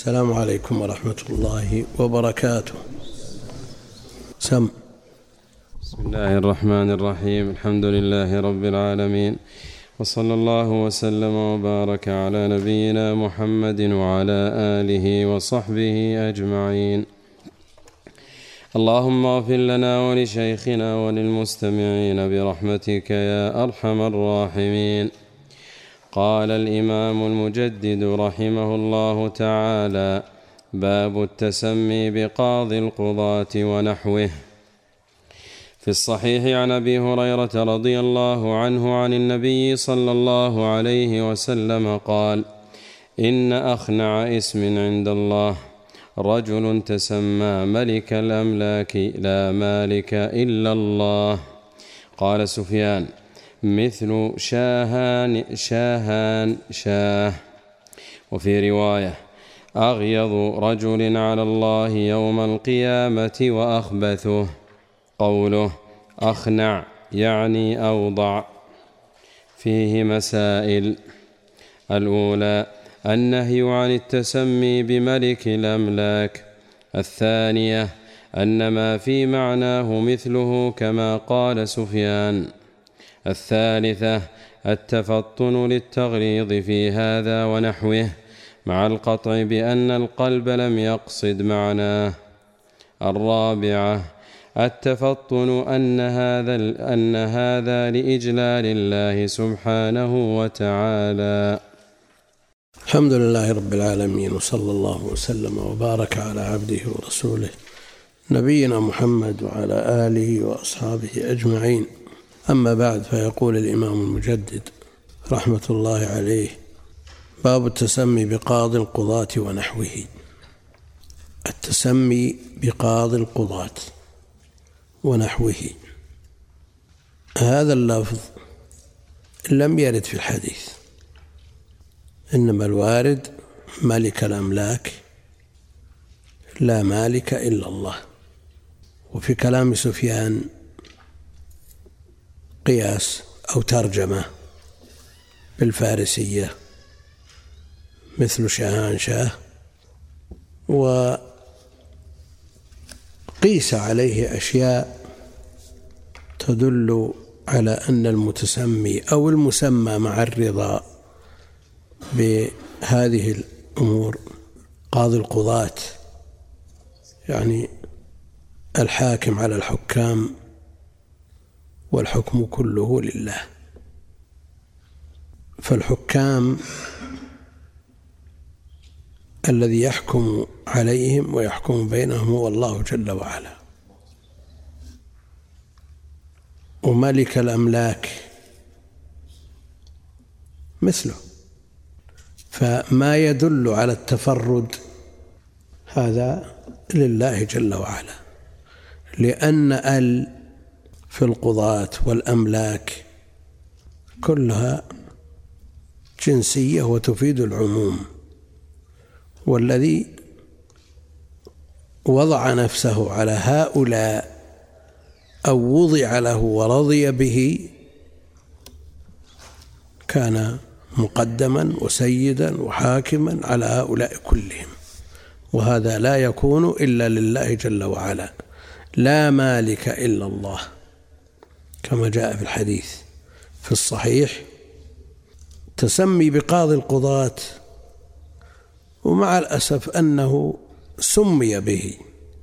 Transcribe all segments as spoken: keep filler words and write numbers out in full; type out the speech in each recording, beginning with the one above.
السلام عليكم ورحمة الله وبركاته. سم. بسم الله الرحمن الرحيم. الحمد لله رب العالمين، وصلى الله وسلم وبارك على نبينا محمد وعلى آله وصحبه أجمعين. اللهم اغفر لنا ولشيخنا وللمستمعين برحمتك يا أرحم الراحمين. قال الإمام المجدد رحمه الله تعالى: باب التسمي بقاضي القضاة ونحوه. في الصحيح عن أبي هريرة رضي الله عنه عن النبي صلى الله عليه وسلم قال: إن أخنع اسم عند الله رجل تسمى ملك الأملاك لا مالك إلا الله. قال سفيان: مثل شاهان شاهان شاه. وفي رواية: أغيظ رجل على الله يوم القيامة وأخبثه. قوله أخنع يعني أوضع. فيه مسائل: الأولى النهي عن التسمي بملك الأملاك. الثانية أن ما في معناه مثله كما قال سفيان. الثالثة التفطن للتغليظ في هذا ونحوه مع القطع بأن القلب لم يقصد معناه. الرابعة التفطن أن هذا, أن هذا لإجلال الله سبحانه وتعالى. الحمد لله رب العالمين، وصلى الله وسلم وبارك على عبده ورسوله نبينا محمد وعلى آله وأصحابه أجمعين. أما بعد، فيقول الإمام المجدد رحمة الله عليه: باب التسمي بقاضي القضاة ونحوه. التسمي بقاضي القضاة ونحوه، هذا اللفظ لم يرد في الحديث، إنما الوارد ملك الأملاك لا مالك إلا الله. وفي كلام سفيان قياس أو ترجمة بالفارسية مثل شاهان شاه، وقيس عليه أشياء تدل على أن المتسمي أو المسمى مع الرضا بهذه الأمور قاضي القضاة، يعني الحاكم على الحكام، والحكم كله لله. فالحكام الذي يحكم عليهم ويحكم بينهم هو الله جل وعلا. وملك الأملاك مثله، فما يدل على التفرد هذا لله جل وعلا، لأن ال في القضاة والأملاك كلها جنسية وتفيد العموم. والذي وضع نفسه على هؤلاء أو وضع له ورضي به كان مقدما وسيدا وحاكما على هؤلاء كلهم، وهذا لا يكون إلا لله جل وعلا. لا مالك إلا الله، كما جاء في الحديث في الصحيح. تسمي بقاضي القضاة، ومع الأسف أنه سمي به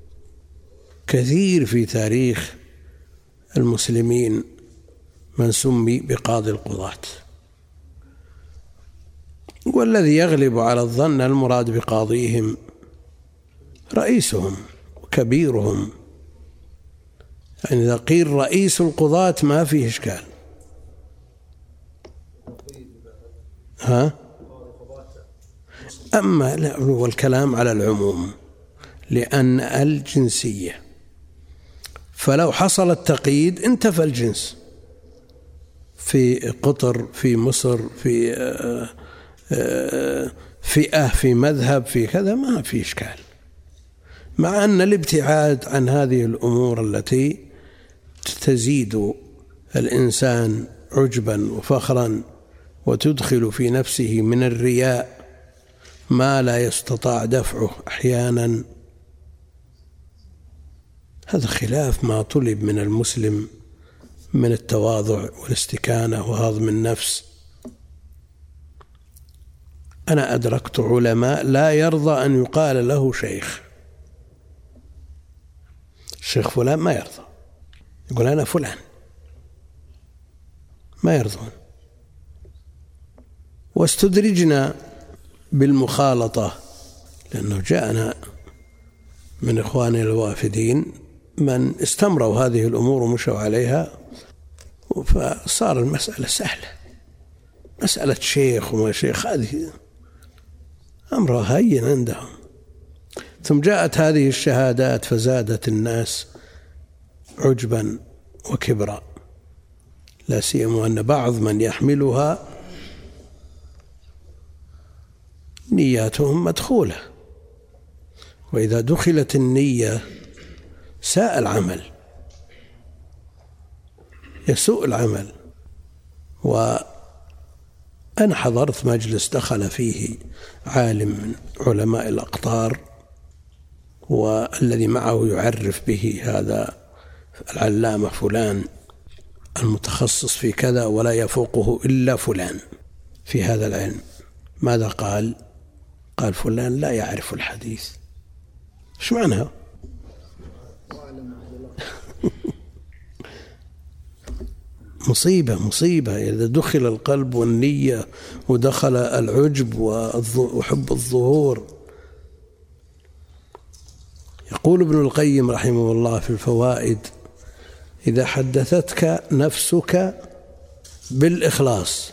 كثير في تاريخ المسلمين، من سمي بقاضي القضاة. والذي يغلب على الظن المراد بقاضيهم رئيسهم وكبيرهم، يعني إذا قيل رئيس القضاة ما فيه إشكال. ها؟ أما والكلام على العموم، لأن الجنسية، فلو حصل التقييد انتفى الجنس. في قطر، في مصر، في فئة، في مذهب، في كذا، ما في إشكال. مع أن الابتعاد عن هذه الأمور التي تزيد الإنسان عجبا وفخرا وتدخل في نفسه من الرياء ما لا يستطاع دفعه أحيانا. هذا خلاف ما طلب من المسلم من التواضع والاستكانة وهضم النفس. أنا أدركت علماء لا يرضى أن يقال له شيخ. الشيخ فلان ما يرضى، يقول أنا فلان، ما يرضون. واستدرجنا بالمخالطة، لأنه جاءنا من إخواننا الوافدين من استمروا هذه الأمور ومشوا عليها، فصار المسألة سهلة. مسألة شيخ وما شيخ هذه أمرها هين عندهم. ثم جاءت هذه الشهادات فزادت الناس عجبا وكبرا، لا سيما أن بعض من يحملها نياتهم مدخولة، وإذا دخلت النية ساء العمل، يسوء العمل. وأنا حضرت مجلس دخل فيه عالم من علماء الأقطار، والذي معه يعرف به هذا العلامة فلان المتخصص في كذا ولا يفوقه إلا فلان في هذا العلم. ماذا قال؟ قال فلان لا يعرف الحديث. ايش معناها؟ مصيبة مصيبة إذا دخل القلب والنية ودخل العجب وحب الظهور. يقول ابن القيم رحمه الله في الفوائد: إذا حدثتك نفسك بالإخلاص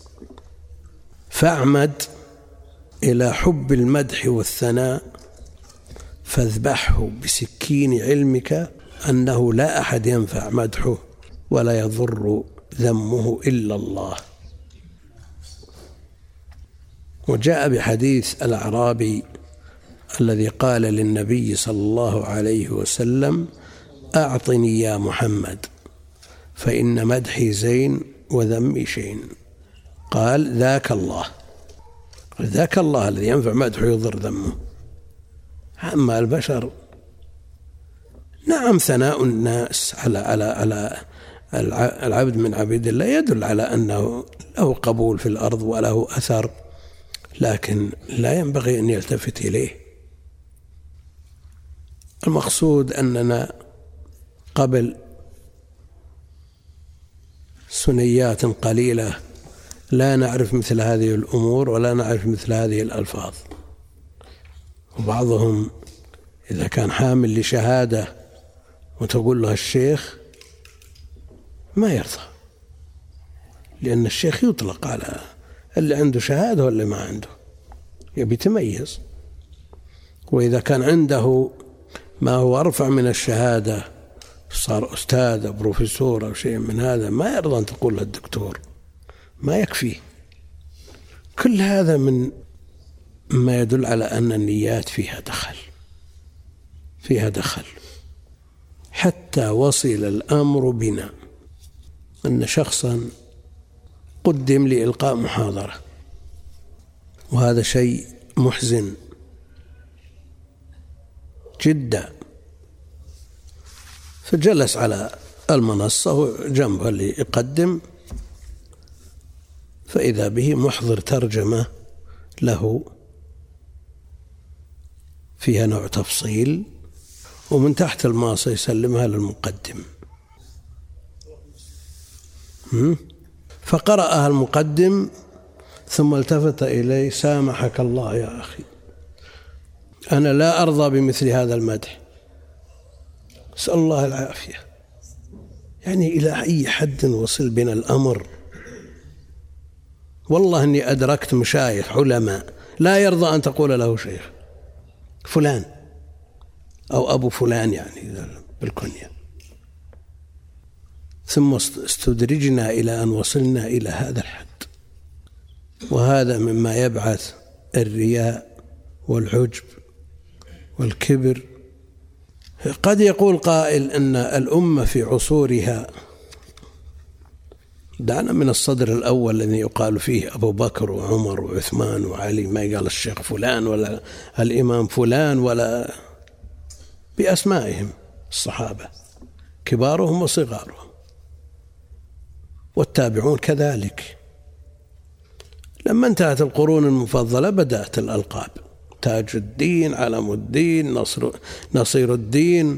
فاعمد إلى حب المدح والثناء، فاذبحه بسكين علمك أنه لا أحد ينفع مدحه ولا يضر ذمه إلا الله. وجاء بحديث الأعرابي الذي قال للنبي صلى الله عليه وسلم: أعطني يا محمد فإن مدحي زين وذمي شين. قال: ذاك الله. ذاك الله الذي ينفع مدحه ويضر ذمه. أما البشر نعم، ثناء الناس على على على العبد من عبيد الله يدل على أنه له قبول في الأرض وله أثر، لكن لا ينبغي أن يلتفت إليه. المقصود أننا قبل سنيات قليلة لا نعرف مثل هذه الأمور ولا نعرف مثل هذه الألفاظ. وبعضهم إذا كان حامل لشهادة وتقول له الشيخ ما يرضى، لأن الشيخ يطلق على اللي عنده شهادة واللي ما عنده، يبي يتميز. وإذا كان عنده ما هو أرفع من الشهادة، صار أستاذ أو بروفيسور أو شيء من هذا، ما يرضى أن تقول له الدكتور، ما يكفي. كل هذا من ما يدل على أن النيات فيها دخل فيها دخل حتى وصل الأمر بنا أن شخصا قدم لإلقاء محاضرة، وهذا شيء محزن جدا. فجلس على المنصة جنبه اللي يقدم، فإذا به محضر ترجمة له فيها نوع تفصيل، ومن تحت الماصة يسلمها للمقدم. فقرأها المقدم ثم التفت إليه: سامحك الله يا أخي، أنا لا أرضى بمثل هذا المدح، أسأل الله العافية. يعني إلى أي حد وصل بنا الأمر. والله أني أدركت مشايخ علماء لا يرضى أن تقول له شيخ فلان أو أبو فلان، يعني بالكنية. ثم استدرجنا إلى أن وصلنا إلى هذا الحد. وهذا مما يبعث الرياء والعجب والكبر. قد يقول قائل أن الأمة في عصورها دعنا من الصدر الأول الذي يقال فيه أبو بكر وعمر وعثمان وعلي، ما يقال الشيخ فلان ولا الإمام فلان، ولا بأسمائهم الصحابة كبارهم وصغارهم، والتابعون كذلك. لما انتهت القرون المفضلة بدأت الألقاب: تاج الدين، علم الدين، نصر نصير الدين،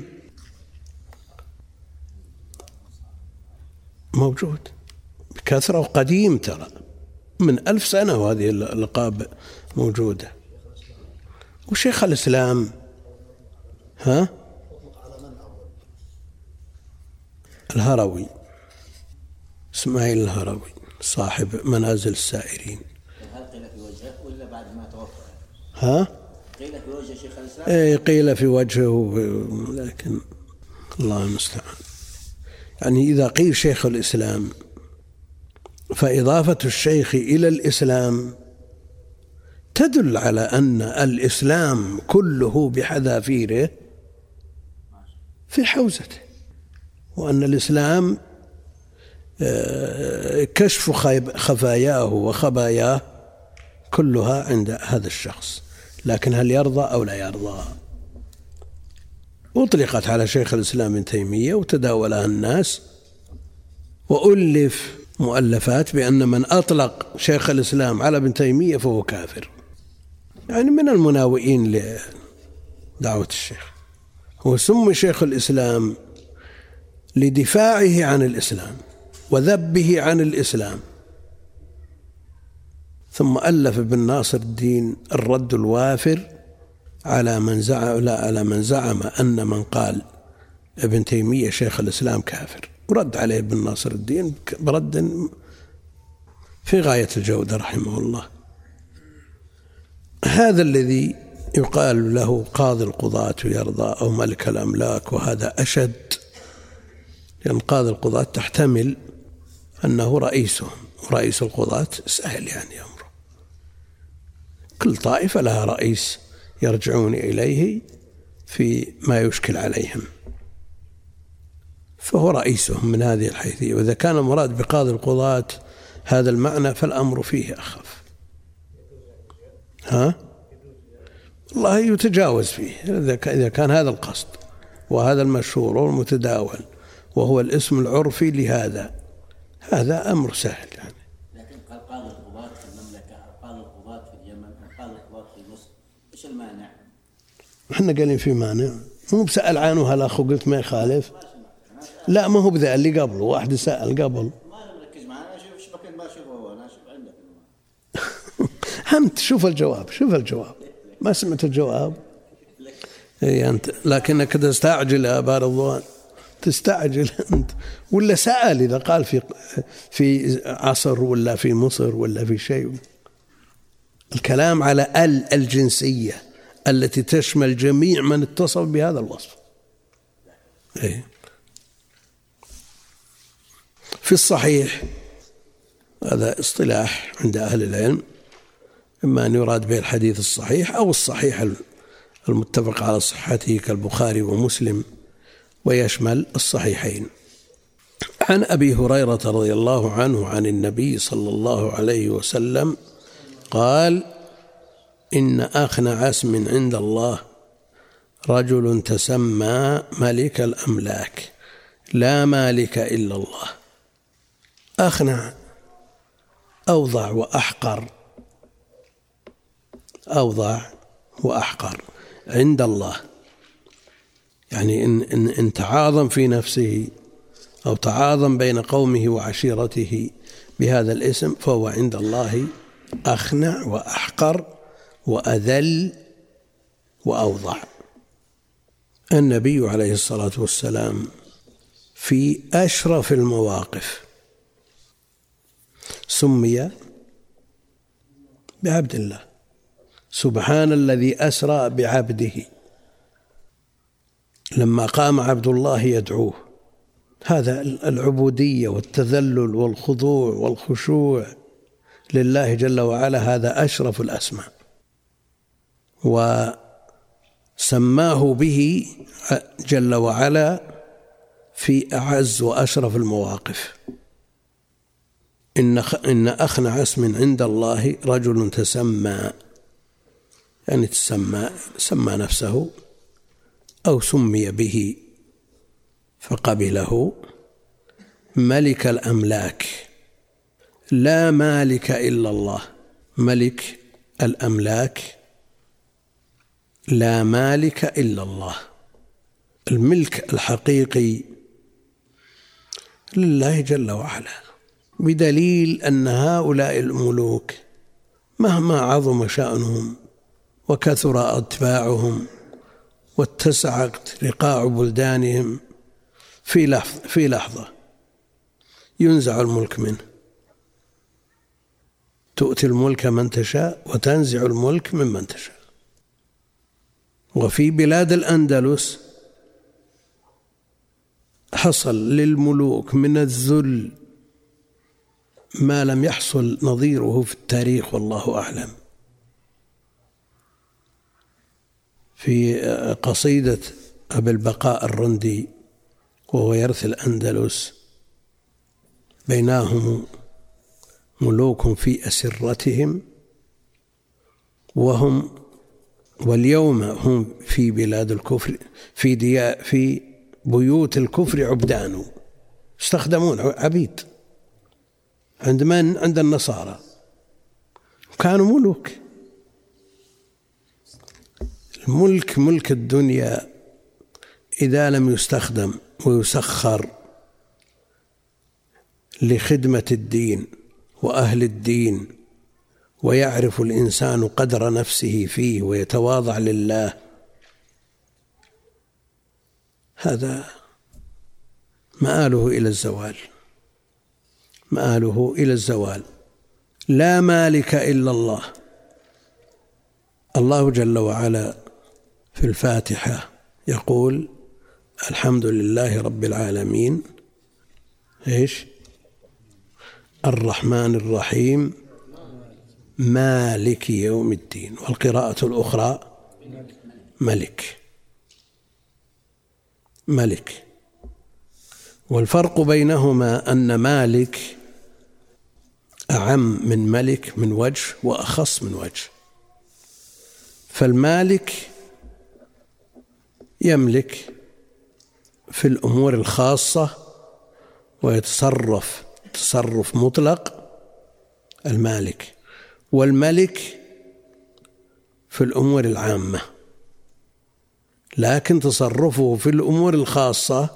موجود بكثرة وقديم، ترى من ألف سنة وهذه الألقاب موجودة. وشيخ الإسلام ها الهروي، إسماعيل الهروي صاحب منازل السائرين. هل قيل في وجهه ولا بعد ما توفى؟ ها؟ قيل في وجه شيخ الإسلام؟ إيه قيل في وجهه، لكن الله المستعان. يعني إذا قيل شيخ الإسلام فإضافة الشيخ إلى الإسلام تدل على أن الإسلام كله بحذافيره في حوزته، وأن الإسلام كشف خفاياه وخباياه كلها عند هذا الشخص. لكن هل يرضى أو لا يرضى؟ أطلقت على شيخ الإسلام ابن تيمية وتداولها الناس، وألف مؤلفات بأن من أطلق شيخ الإسلام على ابن تيمية فهو كافر، يعني من المناوئين لدعوة الشيخ. هو سمي شيخ الإسلام لدفاعه عن الإسلام وذبه عن الإسلام، ثم ألف ابن ناصر الدين الرد الوافر على من زعم لا على من زعم أن من قال ابن تيمية شيخ الإسلام كافر، ورد عليه ابن ناصر الدين برد في غاية الجودة رحمه الله. هذا الذي يقال له قاضي القضاة يرضى أو ملك الأملاك، وهذا أشد، لأن قاضي القضاة تحتمل أنه رئيسهم، ورئيس القضاة سهل يعني أمره، كل طائفة لها رئيس يرجعون إليه في ما يشكل عليهم، فهو رئيسهم من هذه الحيثية. وإذا كان المراد بقاضي القضاة هذا المعنى فالأمر فيه أخف. ها؟ الله يتجاوز فيه إذا كان هذا القصد وهذا المشهور والمتداول وهو الاسم العرفي لهذا، هذا أمر سهل يعني. لكن قال قاضي القضاة في المملكة، قاضي القضاة في اليمن، قاضي القضاة في مصر، إيش المانع؟ احنا قالين في مانع، مو بسأل عنه هلا أخو قلت ما يخالف، لا ما هو بذا اللي قبله، واحد سأل قبل. ما أنا مركز معه، أنا أشوف إيش مكان ما أشوفه هو، أنا أشوف عندك. أنت شوف الجواب، شوف الجواب، ما سمعت الجواب إيه أنت، لكنك تستعجل يا أبا رضوان، تستعجل أنت. ولا سأل إذا قال في في عصر ولا في مصر ولا في شيء. الكلام على ال الجنسية التي تشمل جميع من اتصف بهذا الوصف. إيه. في الصحيح، هذا اصطلاح عند أهل العلم، إما أن يراد به الحديث الصحيح أو الصحيح المتفق على صحته كالبخاري ومسلم، ويشمل الصحيحين. عن أبي هريرة رضي الله عنه عن النبي صلى الله عليه وسلم قال: إن أخنع اسم عند الله رجل تسمى ملك الأملاك لا مالك إلا الله. أخنع أوضع وأحقر، أوضع وأحقر عند الله، يعني إن, إن, إن تعاظم في نفسه أو تعاظم بين قومه وعشيرته بهذا الاسم فهو عند الله أخنع وأحقر وأذل وأوضع. النبي عليه الصلاة والسلام في أشرف المواقف سمي بعبد الله، سبحان الذي أسرى بعبده، لما قام عبد الله يدعوه. هذا العبودية والتذلل والخضوع والخشوع لله جل وعلا، هذا أشرف الأسماء، وسماه به جل وعلا في أعز وأشرف المواقف. إن إن أخنع اسم عند الله رجل تسمى، يعني تسمى سمى نفسه أو سمي به فقبله، ملك الأملاك، لا مالك إلا الله. ملك الأملاك لا مالك إلا الله. الملك الحقيقي لله جل وعلا، بدليل أن هؤلاء الملوك مهما عظم شأنهم وكثر أتباعهم واتسعت رقاع بلدانهم، في لحظة, في لحظة ينزع الملك منه. تؤتي الملك من تشاء وتنزع الملك ممن تشاء. وفي بلاد الأندلس حصل للملوك من الذل ما لم يحصل نظيره في التاريخ والله أعلم. في قصيدة أبي البقاء الرندي وهو يرث الأندلس: بينهم ملوك في أسرتهم وهم واليوم هم في بلاد الكفر في ديا في بيوت الكفر عبدان، استخدمون عبيد عند من؟ عند النصارى، كانوا ملوك. الملك ملك الدنيا إذا لم يستخدم ويسخر لخدمة الدين وأهل الدين، ويعرف الإنسان قدر نفسه فيه ويتواضع لله، هذا مآله إلى الزوال، مآله إلى الزوال. لا مالك إلا الله. الله جل وعلا في الفاتحة يقول: الحمد لله رب العالمين، إيش؟ الرحمن الرحيم، مالك يوم الدين. والقراءة الأخرى ملك ملك. والفرق بينهما أن مالك أعم من ملك من وجه وأخص من وجه. فالمالك يملك في الأمور الخاصة ويتصرف تصرف مطلق، المالك. والملك في الأمور العامة، لكن تصرفه في الأمور الخاصة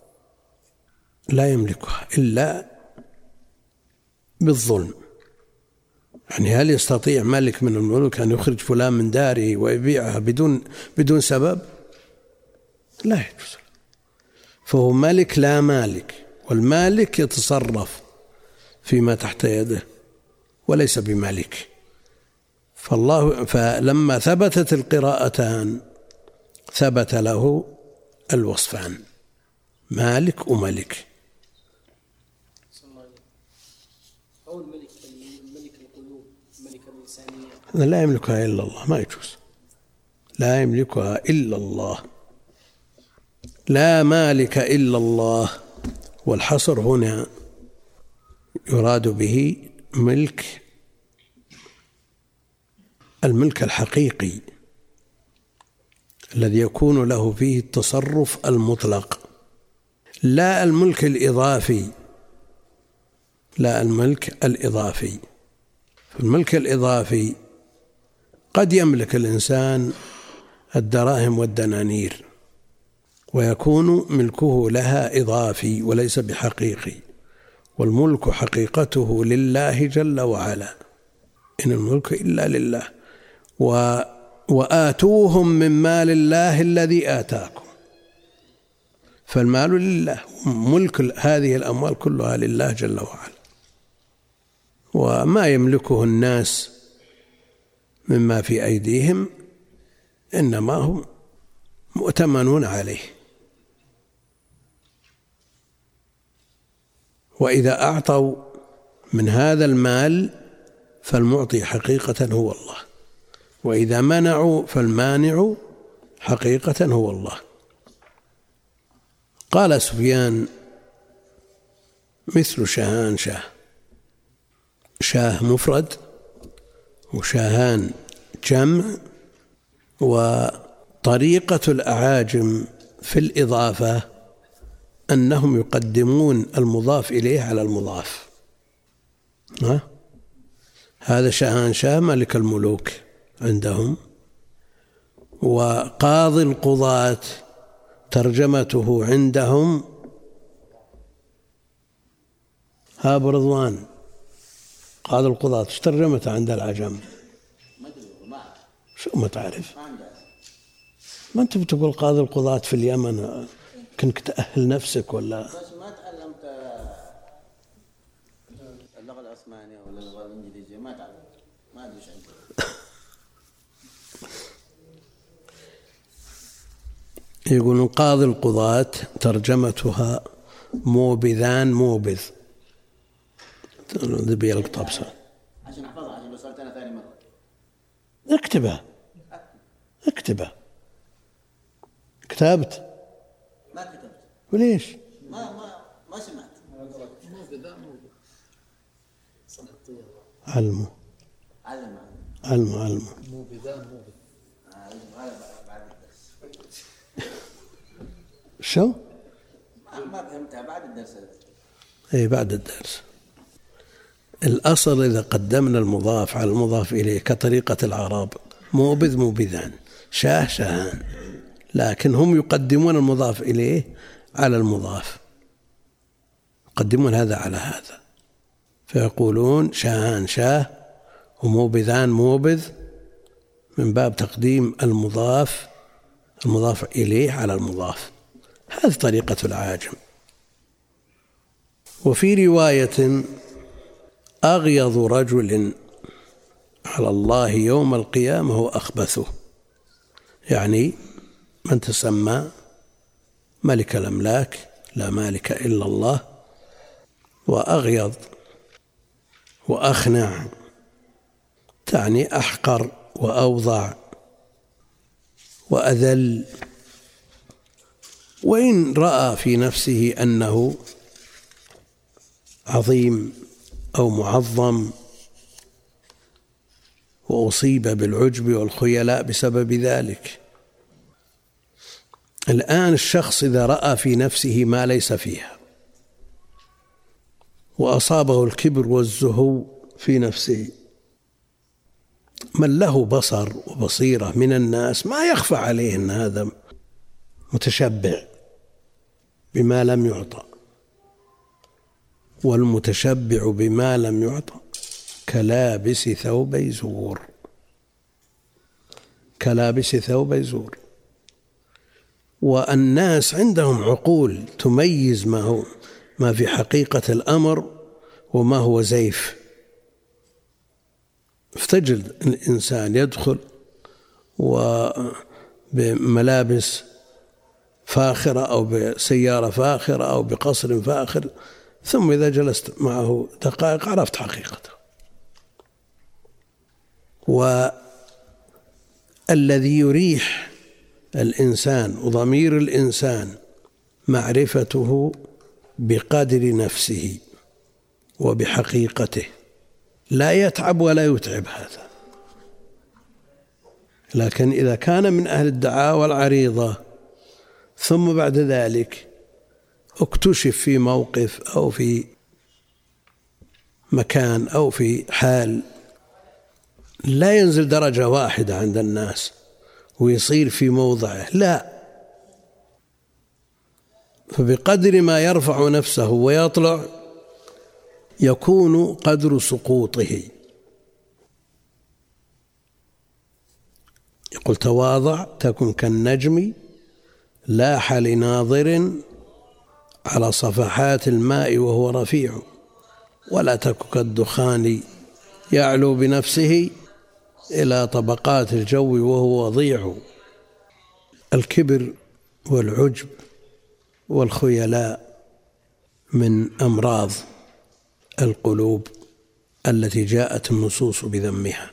لا يملكها إلا بالظلم. يعني هل يستطيع ملك من الملوك أن يخرج فلان من داره ويبيعها بدون بدون سبب؟ لا يجوز. فهو ملك لا مالك. والمالك يتصرف فيما تحت يده وليس بمالك. فالله فلما ثبتت القراءتان ثبت له الوصفان، مالك وملك. أو الملك ملك القلوب، ملك الإنسانية، لا يملكها إلا الله، ما يجوز. لا يملكها إلا الله، لا مالك إلا الله. والحصر هنا يراد به ملك الملك الحقيقي الذي يكون له فيه التصرف المطلق، لا الملك الإضافي، لا الملك الإضافي. الملك الإضافي قد يملك الإنسان الدراهم والدنانير ويكون ملكه لها إضافي وليس بحقيقي، والملك حقيقته لله جل وعلا، إن الملك إلا لله. و وآتوهم من مال الله الذي آتاكم. فالمال لله، ملك هذه الأموال كلها لله جل وعلا، وما يملكه الناس مما في أيديهم إنما هم مؤتمنون عليه. وإذا أعطوا من هذا المال فالمعطي حقيقة هو الله، وإذا منعوا فالمانع حقيقة هو الله. قال سفيان: مثل شهانشه شاه مفرد وشاهان جمع. وطريقة الأعاجم في الإضافة أنهم يقدمون المضاف إليه على المضاف. ها؟ هذا شاهان شاه ملك الملوك عندهم. وقاضي القضاة ترجمته عندهم هاب رضوان. قاضي القضاة ايش ترجمته عند العجم؟ ما ادري ما اعرف. شو ما تعرف؟ ما عندي. ما انت بتقول قاضي القضاة في اليمن، كنت تأهل نفسك ولا؟ بس ما تعلمت اللغة العثمانية ولا اللغة الإنجليزية، ما تعلم، ما أدري إيش عندي. يقولون قاضي القضاة ترجمتها موبذان موبذ. ذبي القطبسة عشان أحفظها، عشان لو سألت أنا ثاني مرة اكتبها اكتبها. كتبت؟ ما كتبت. وليش؟ ما ما ما سمعت. علمه علم علمه علمه مو بذا مو بذا. بعد الدرس. شو؟ ما ما فهمتها بعد الدرس. اي بعد الدرس. الأصل إذا قدمنا المضاف على المضاف إليه كطريقة العرب موبذ موبذان، شاه شاهان، لكن هم يقدمون المضاف إليه على المضاف، يقدمون هذا على هذا، فيقولون شاهان شاه وموبذان موبذ من باب تقديم المضاف المضاف إليه على المضاف. هذه طريقة العاجم. وفي رواية أغيظ رجل على الله يوم القيامة هو أخبثه، يعني من تسمى ملك الأملاك لا مالك إلا الله، وأغيظ وأخنع تعني أحقر وأوضع وأذل. وإن رأى في نفسه أنه عظيم أو معظم وأصيب بالعجب والخيلاء بسبب ذلك. الآن الشخص إذا رأى في نفسه ما ليس فيها وأصابه الكبر والزهو في نفسه، من له بصر وبصيرة من الناس ما يخفى عليه أن هذا متشبع بما لم يعطى، والمتشبع بما لم يعطى كلابس ثوبي زور، كلابس ثوبي زور. والناس عندهم عقول تميز ما هو ما في حقيقة الأمر وما هو زيف. فتجد الإنسان يدخل وبملابس فاخرة أو بسيارة فاخرة أو بقصر فاخر، ثم إذا جلست معه دقائق عرفت حقيقته. والذي يريح الإنسان وضمير الإنسان معرفته بقدر نفسه وبحقيقته، لا يتعب ولا يتعب هذا. لكن إذا كان من أهل الدعاوى العريضة ثم بعد ذلك اكتشف في موقف أو في مكان أو في حال لا ينزل درجة واحدة عند الناس ويصير في موضعه، لا، فبقدر ما يرفع نفسه ويطلع يكون قدر سقوطه. يقول تواضع تكن كالنجم لاح لناظر على صفحات الماء وهو رفيع، ولا تك كالدخان يعلو بنفسه إلى طبقات الجو وهو وضيع. الكبر والعجب والخيلاء من أمراض القلوب التي جاءت النصوص بذمها.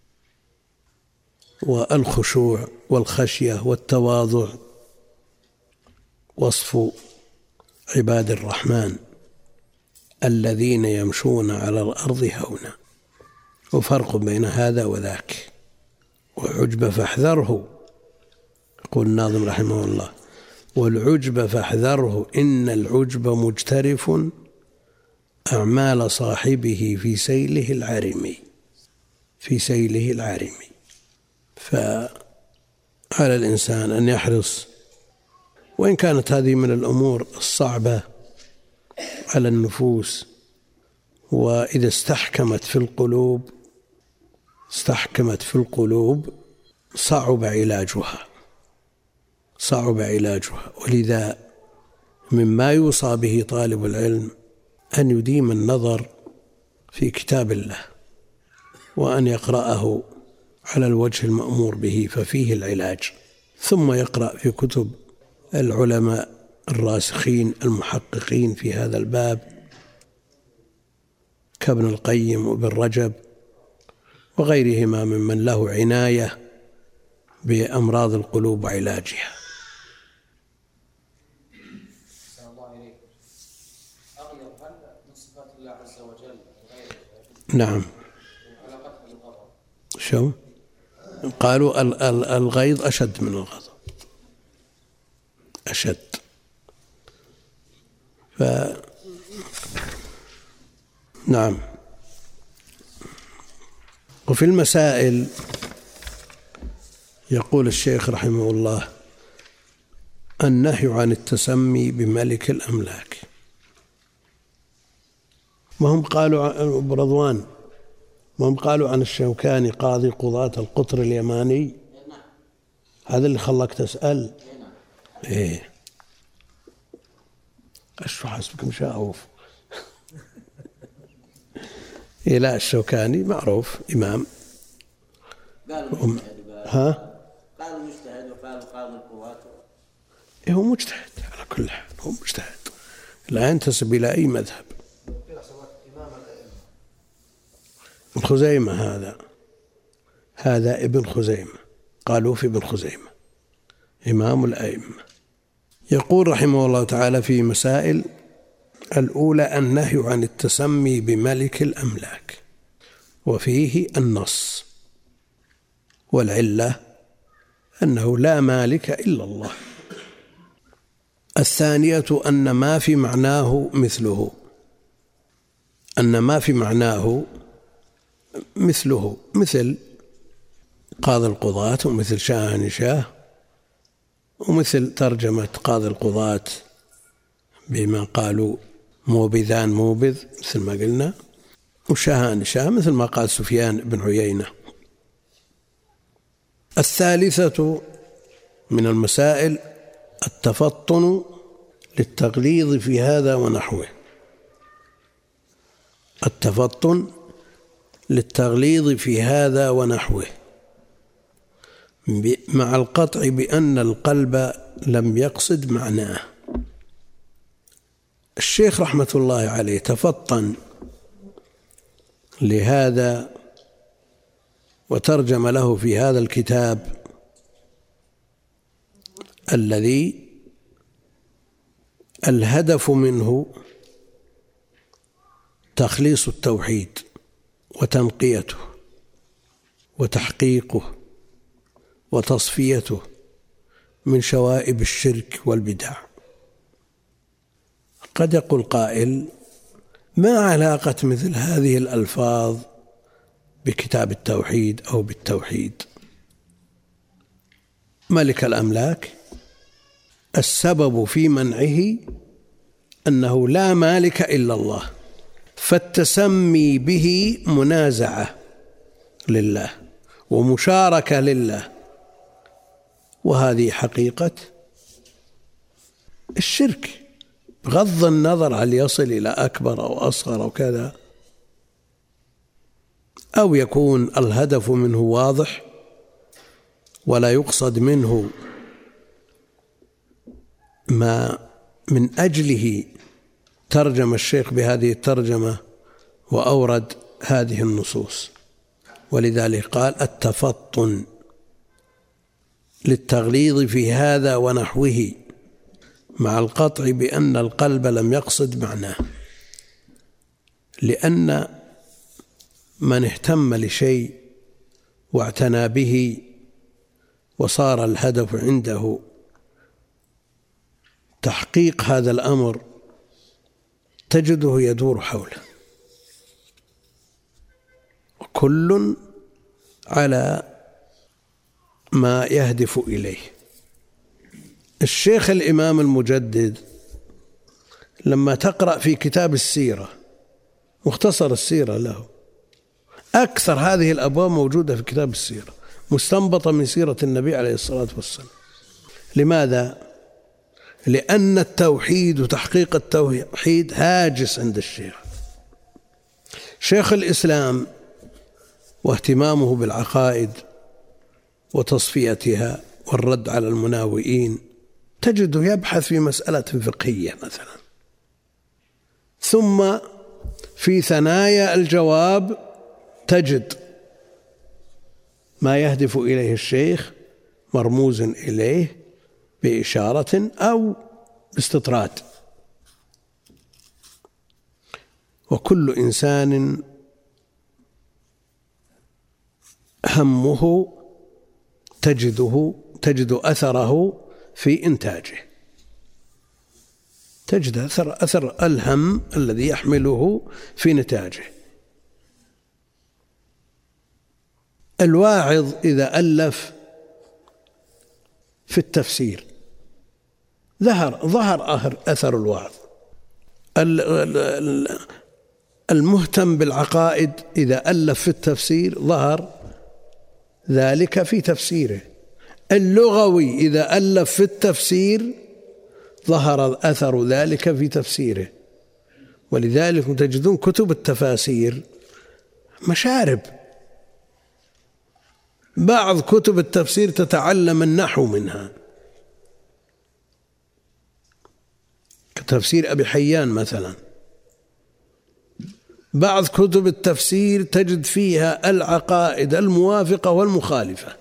والخشوع والخشية والتواضع وصف عباد الرحمن الذين يمشون على الأرض هونا، وفرق بين هذا وذاك. وعجب فاحذره، يقول الناظم رحمه الله: والعجب فاحذره إن العجب مجترف أعمال صاحبه في سيله العارم، في سيله العارم. فعلى الإنسان أن يحرص، وإن كانت هذه من الأمور الصعبة على النفوس، وإذا استحكمت في القلوب استحكمت في القلوب صعب علاجها صعب علاجها ولذا مما يوصى به طالب العلم أن يديم النظر في كتاب الله، وأن يقرأه على الوجه المأمور به ففيه العلاج، ثم يقرأ في كتب العلماء الراسخين المحققين في هذا الباب كابن القيم وابن رجب وغيرهما ممن له عناية بأمراض القلوب وعلاجها. نعم. شو قالوا الغيظ أشد من الغضب، أشد. ف نعم. وفي المسائل يقول الشيخ رحمه الله: النهي عن التسمي بملك الأملاك. وهم قالوا برضوان، وهم قالوا عن الشوكاني قاضي قضاة القطر اليماني. هذا اللي خلاك تسأل. إيه أشو حسبك مشاوف. إيه لا، الشوكاني معروف إمام. قالوا ها؟ قالوا مجتهد وقالوا قاضي القضاة. إيه هو مجتهد على كل حال، هو مجتهد لا ينتسب إلى أي مذهب. ابن خزيمة هذا هذا ابن خزيمة، قالوا في ابن خزيمة إمام الأئمة. يقول رحمه الله تعالى في مسائل: الأولى النهي عن التسمي بملك الأملاك، وفيه النص، والعلة أنه لا مالك إلا الله. الثانية أن ما في معناه مثله، أن ما في معناه مثله، مثل قاضي القضاة ومثل شاهنشاه ومثل ترجمة قاضي القضاة بما قالوا موبذان موبذ مثل ما قلنا، وشاهنشاه مثل ما قال سفيان بن عيينة. الثالثة من المسائل التفطن للتغليظ في هذا ونحوه، التفطن للتغليظ في هذا ونحوه مع القطع بأن القلب لم يقصد معناه. الشيخ رحمة الله عليه تفطن لهذا وترجم له في هذا الكتاب الذي الهدف منه تخليص التوحيد وتنقيته وتحقيقه وتصفيته من شوائب الشرك والبدع. قد يقول قائل: ما علاقة مثل هذه الألفاظ بكتاب التوحيد أو بالتوحيد؟ ملك الأملاك السبب في منعه أنه لا مالك إلا الله، فالتسمي به منازعة لله ومشاركة لله، وهذه حقيقة الشرك بغض النظر هل يصل إلى أكبر أو أصغر أو كذا، أو يكون الهدف منه واضح ولا يقصد منه ما من أجله ترجم الشيخ بهذه الترجمة وأورد هذه النصوص. ولذلك قال: التفطن للتغليظ في هذا ونحوه مع القطع بأن القلب لم يقصد معناه. لأن من اهتم لشيء واعتنى به وصار الهدف عنده تحقيق هذا الأمر تجده يدور حوله، وكل على ما يهدف إليه. الشيخ الإمام المجدد لما تقرأ في كتاب السيرة، مختصر السيرة له، أكثر هذه الأبواب موجودة في كتاب السيرة مستنبطة من سيرة النبي عليه الصلاة والسلام. لماذا؟ لأن التوحيد وتحقيق التوحيد هاجس عند الشيخ. شيخ الإسلام واهتمامه بالعقائد وتصفيتها والرد على المناوئين تجده يبحث في مسألة فقهية مثلا، ثم في ثنايا الجواب تجد ما يهدف إليه الشيخ مرموز إليه بإشارة أو باستطراد. وكل إنسان همه تجده تجد أثره في إنتاجه، تجد أثر أثر الهم الذي يحمله في نتاجه. الواعظ إذا ألف في التفسير ظهر ظهر أثر الواعظ. المهتم بالعقائد إذا ألف في التفسير ظهر ذلك في تفسيره. اللغوي إذا ألف في التفسير ظهر أثر ذلك في تفسيره. ولذلك تجدون كتب التفاسير مشارب. بعض كتب التفسير تتعلم النحو منها، كتفسير أبي حيان مثلا. بعض كتب التفسير تجد فيها العقائد الموافقة والمخالفة،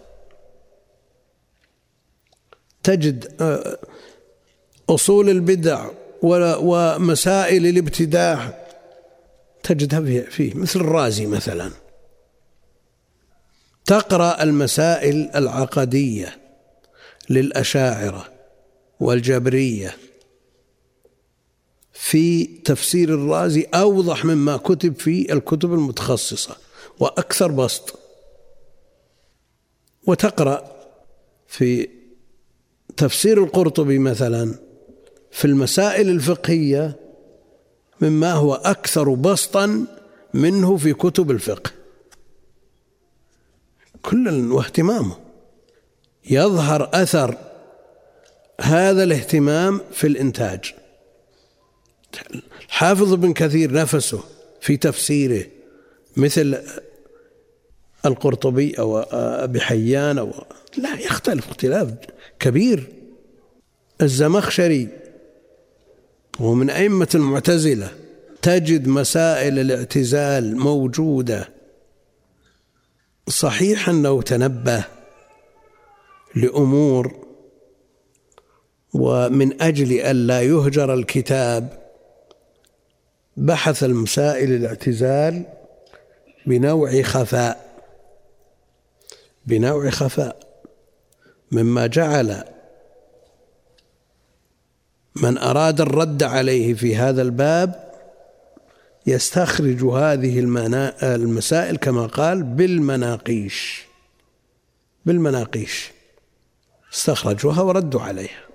تجد أصول البدع ومسائل الابتداع تجدها فيه، مثل الرازي مثلا. تقرأ المسائل العقدية للأشاعرة والجبرية في تفسير الرازي أوضح مما كتب في الكتب المتخصصة وأكثر بسط. وتقرأ في تفسير القرطبي مثلا في المسائل الفقهية مما هو أكثر بسطا منه في كتب الفقه. كل واهتمامه يظهر أثر هذا الاهتمام في الإنتاج. الحافظ ابن كثير نفسه في تفسيره مثل القرطبي أو أبي حيان أو لا، يختلف اختلاف كبير. الزمخشري ومن أئمة المعتزلة تجد مسائل الاعتزال موجودة. صحيح أنه تنبه لأمور، ومن أجل أن لا يهجر الكتاب بحث المسائل الاعتزال بنوع خفاء بنوع خفاء مما جعل من أراد الرد عليه في هذا الباب يستخرج هذه المسائل كما قال بالمناقيش بالمناقيش استخرجوها وردوا عليها.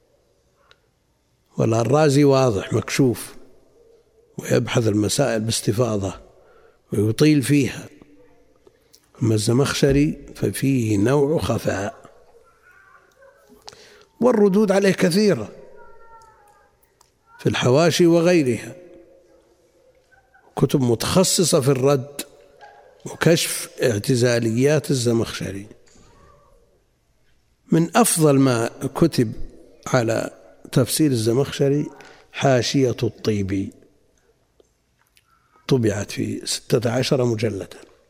ولا الرازي واضح مكشوف ويبحث المسائل باستفاضة ويطيل فيها، أما الزمخشري ففيه نوع خفاء، والردود عليه كثيرة في الحواشي وغيرها، كتب متخصصة في الرد وكشف اعتزاليات الزمخشري. من أفضل ما كتب على تفسير الزمخشري حاشية الطيبي، طبعت في ستة عشر مجلدا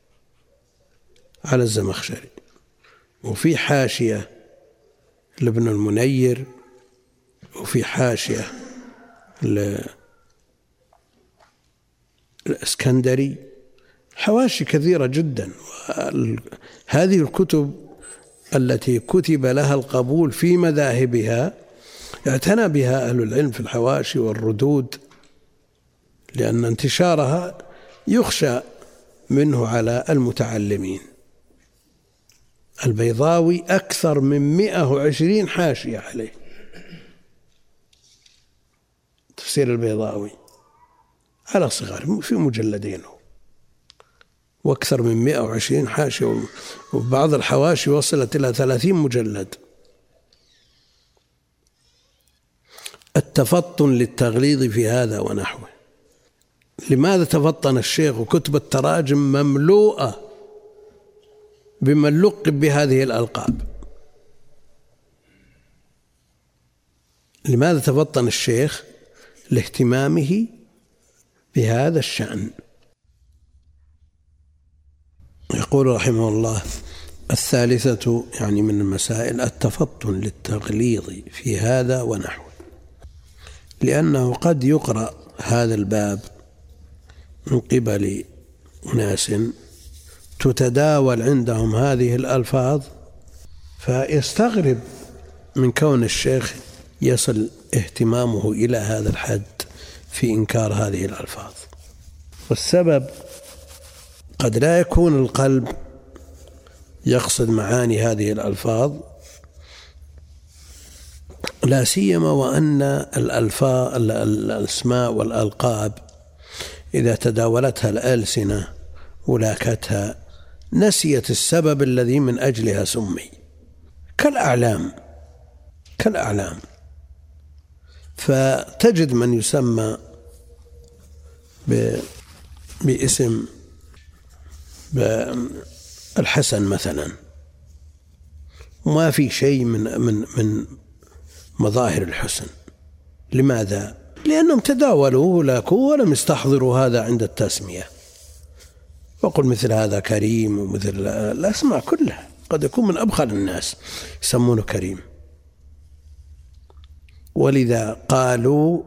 على الزمخشري، وفي حاشية لابن المنير، وفي حاشية الإسكندري، حواشي كثيرة جدا. هذه الكتب التي كتب لها القبول في مذاهبها اعتنى بها أهل العلم في الحواشي والردود، لأن انتشارها يخشى منه على المتعلمين. البيضاوي أكثر من مئة وعشرين حاشية عليه، تفسير البيضاوي على صغار في مجلدين، وأكثر من مئة وعشرين حاشية، وبعض الحواشي وصلت إلى ثلاثين مجلد. التفطن للتغليظ في هذا ونحوه. لماذا تفطن الشيخ؟ وكتب التراجم مملوءة بمن لقب بهذه الألقاب. لماذا تفطن الشيخ؟ لاهتمامه بهذا الشأن. يقول رحمه الله: الثالثة يعني من المسائل التفطن للتغليظ في هذا ونحوه، لأنه قد يقرأ هذا الباب من قبل ناس تتداول عندهم هذه الألفاظ، فيستغرب من كون الشيخ يصل اهتمامه إلى هذا الحد في إنكار هذه الألفاظ. والسبب قد لا يكون القلب يقصد معاني هذه الألفاظ، لا سيما وأن الألفاظ الأسماء والألقاب إذا تداولتها الألسنة ولاكتها نسيت السبب الذي من أجلها سمي، كالأعلام كالأعلام فتجد من يسمى باسم الحسن مثلا، وما في شيء من من من مظاهر الحسن. لماذا؟ لأنهم تداولوا ولاكوا ولم يستحضروا هذا عند التسمية. وقل مثل هذا كريم، ومثل الأسماء كلها قد يكون من أبخل الناس يسمونه كريم. ولذا قالوا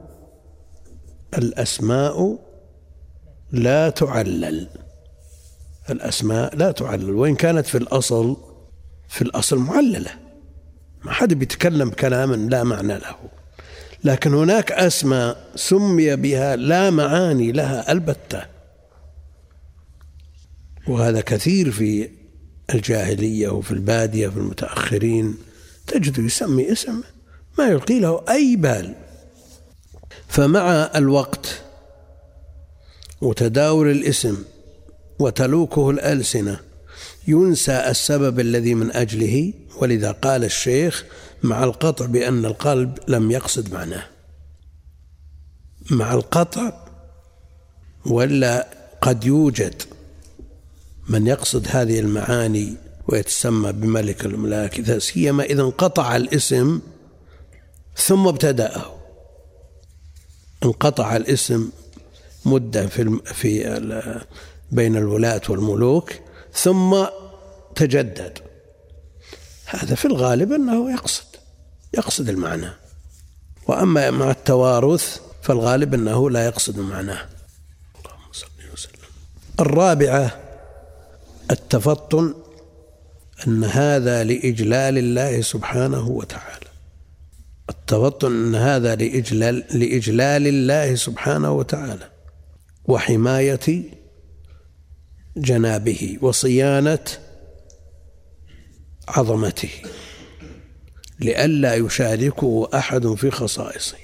الأسماء لا تعلل، الأسماء لا تعلل، وإن كانت في الأصل في الأصل معللة، ما حد بيتكلم كلاما لا معنى له، لكن هناك أسماء سمي بها لا معاني لها البتة، وهذا كثير في الجاهلية وفي البادية في المتأخرين، تجد يسمي اسم ما يلقي له أي بال. فمع الوقت وتداول الاسم وتلوكه الألسنة ينسى السبب الذي من أجله. ولذا قال الشيخ مع القطع بأن القلب لم يقصد معناه، مع القطع، ولا قد يوجد من يقصد هذه المعاني ويتسمى بملك الملاك، إذا سيما إذا انقطع الاسم ثم ابتدأه. انقطع الاسم مدة في في بين الولاة والملوك ثم تجدد، هذا في الغالب أنه يقصد يقصد المعنى. وأما مع التوارث فالغالب أنه لا يقصد معناه. اللهم صل وسلم. الرابعة التفطن أن هذا لإجلال الله سبحانه وتعالى. التفطن أن هذا لإجلال, لإجلال الله سبحانه وتعالى وحماية جنابه وصيانة عظمته، لئلا يشاركه أحد في خصائصه.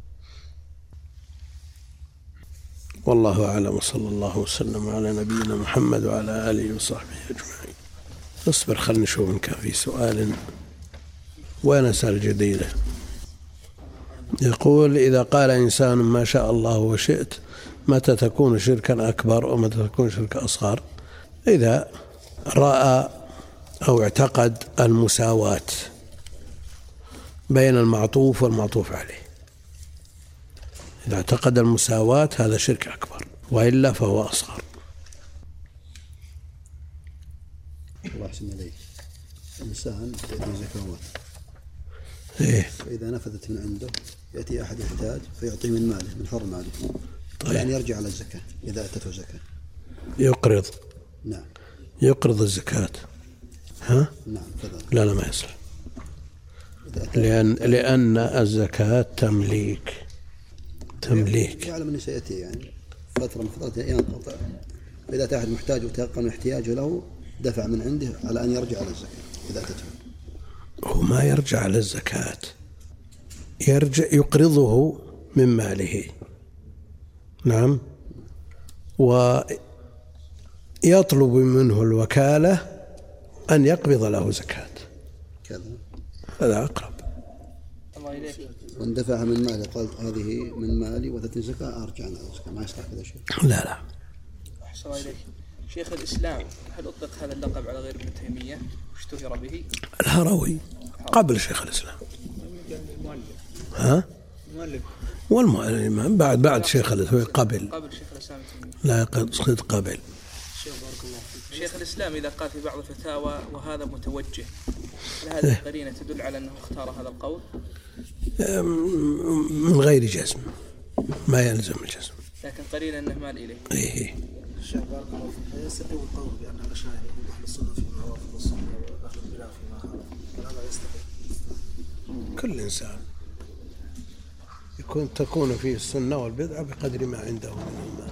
والله أعلم، وصلى الله وسلم على نبينا محمد وعلى آله وصحبه أجمعين. اصبر خلنا نشوف إن كان في سؤال ونسأل جديدة. يقول: إذا قال إنسان ما شاء الله وشئت متى تكون شركا أكبر ومتى تكون شركا أصغر؟ إذا رأى أو اعتقد المساواة بين المعطوف والمعطوف عليه، إذا اعتقد المساواة هذا شرك أكبر، وإلا فهو أصغر. الله يحسن عليك. الإنسان يأتي زكوات، إيه؟ فإذا نفذت من عنده يأتي أحد يحتاج فيعطيه من ماله، من حر ماله، طيب. يعني يرجع على الزكاة إذا أتته زكاة. يقرض. نعم. يقرض الزكاة. ها؟ نعم كذا. لا لا ما يصلح. لأن لأن الزكاة تمليك. تمليك. يعلم أن سيأتي يعني فترة من فترات ينقطع. إذا أتى أحد محتاج وتيقن احتياجه له دفع من عنده على أن يرجع على الزكاة إذا أتته. هو ما يرجع على الزكاة، يرجع يقرضه من ماله. نعم. ويطلب منه الوكالة أن يقبض له زكاة. كذا. هذا أقرب. وان دفعها من ماله قال هذه من مالي وتأتي زكاة أرجع على الزكاة، ما يصلح كذا شيء. لا لا. أحسن إليك. شيخ الإسلام هل أطلق هذا اللقب على غير ابن تيمية واشتهر به؟ الهروي قبل شيخ الإسلام. ها؟ المؤلف. والمؤلف بعد بعد شيخ الإسلام قبل. قبل شيخ الإسلام. لا قد قبل. شيخ الإسلام إذا قال في بعض الفتاوى وهذا متوجه، هل هذه القرينة تدل على أنه اختار هذا القول؟ من غير جزم، ما يلزم الجزم. لكن قرينة أنه مال إليه. إيه. الشيخ بارك الله فيك، يستقيم القول بأن الأشاعرة هم أهل السنة فيما وافق السنة وأهل البدع فيما خالف، هذا يستقيم. كل إنسان يكون تكون فيه السنة والبدعة بقدر ما عنده من المال.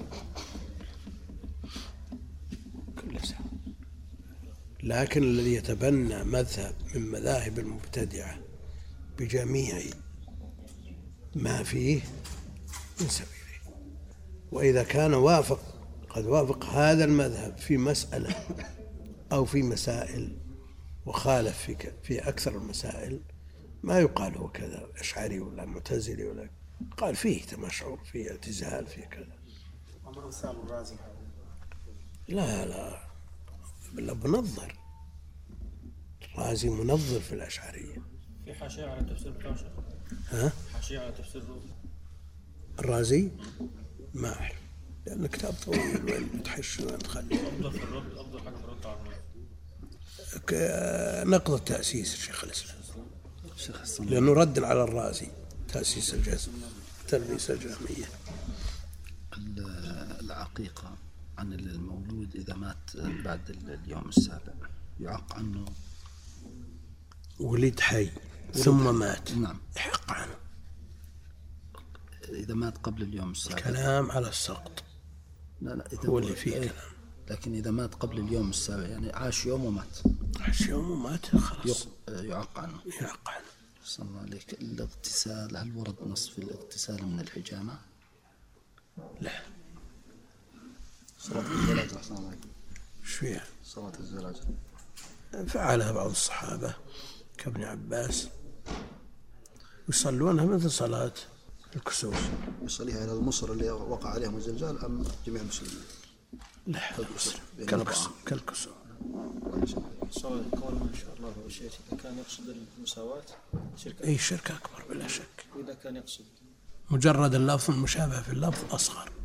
كل إنسان. لكن الذي يتبنى مذهب من مذاهب المبتدعة بجميع ما فيه من سبيله، وإذا كان وافق قد وافق هذا المذهب في مسألة أو في مسائل وخالف في في أكثر المسائل، ما يقال هو كذا أشعري ولا معتزلي ولا، قال فيه تمشعر فيه اعتزال فيه كذا. وما أمثال الرازي؟ لا لا بل منظر، الرازي منظر في الأشعرية. في حاشية على تفسير بتاعه. ها؟ حاشية على تفسير الرازي ما أعرف لأن كتاب طويل وين بتحش وين تخلي. أفضل في الرد، أفضل حاجة في الرد على الرد نقض التأسيس الشيخ الإسلام، لأنه رد على الرازي تأسيس الجزم تلبيس الجهمية. العقيقة عن المولود إذا مات بعد اليوم السابع يعق عنه. ولد حي ثم مات. نعم. يحق عنه. إذا مات قبل اليوم السابع. كلام على السقط. لا لا إذا هو اللي فيه كلام. لكن إذا مات قبل اليوم السابع يعني عاش يوم ومات. عاش يوم ومات خلاص. يعق عنه. يعق عنه. صلى الله عليك. الاغتسال هل ورد نص في الاغتسال من الحجامة؟ لا. صلاة الزلاجة أحسن الله عليك. شو فيها؟ صلاة الزلاجة فعلها بعض الصحابة كابن عباس يصلونها مثل صلاة الكسوف. يصليها إلى المصر اللي وقع عليهم الزلزال أم جميع المسلمين؟ لا كالكسوف. كالكسوف. سؤال قول ما شاء الله هو الشيخ إذا كان يقصد المساواة شرك. أي شرك أكبر بلا شك. وإذا كان يقصد مجرد اللفظ المشابه في اللفظ أصغر.